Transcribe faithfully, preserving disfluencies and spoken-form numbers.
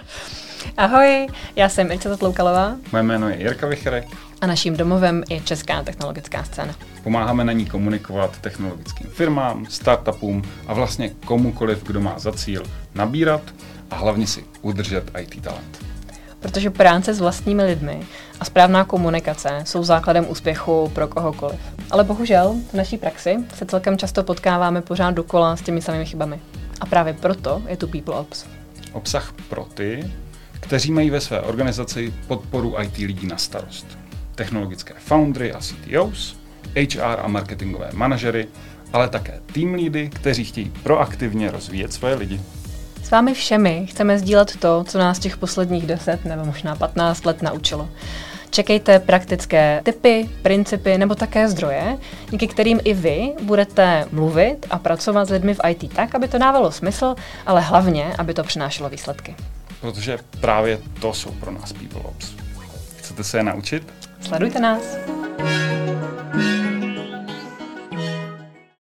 Ahoj, já jsem Irča Tloukalová. Moje jméno je Jirka Vichrek. A naším domovem je česká technologická scéna. Pomáháme na ní komunikovat technologickým firmám, startupům a vlastně komukoliv, kdo má za cíl nabírat a hlavně si udržet í té talent. Protože práce s vlastními lidmi a správná komunikace jsou základem úspěchu pro kohokoliv. Ale bohužel v naší praxi se celkem často potkáváme pořád dokola s těmi samými chybami. A právě proto je tu People Ops. Obsah pro ty, kteří mají ve své organizaci podporu í té lidí na starost. Technologické foundry a C T Os, H R a marketingové manažery, ale také team leady, kteří chtějí proaktivně rozvíjet své lidi. S vámi všemi chceme sdílet to, co nás těch posledních deset nebo možná patnáct let naučilo. Čekejte praktické tipy, principy nebo také zdroje, díky kterým i vy budete mluvit a pracovat s lidmi v í té tak, aby to dávalo smysl, ale hlavně, aby to přinášelo výsledky. Protože právě to jsou pro nás People Ops. Chcete se je naučit? Sledujte nás!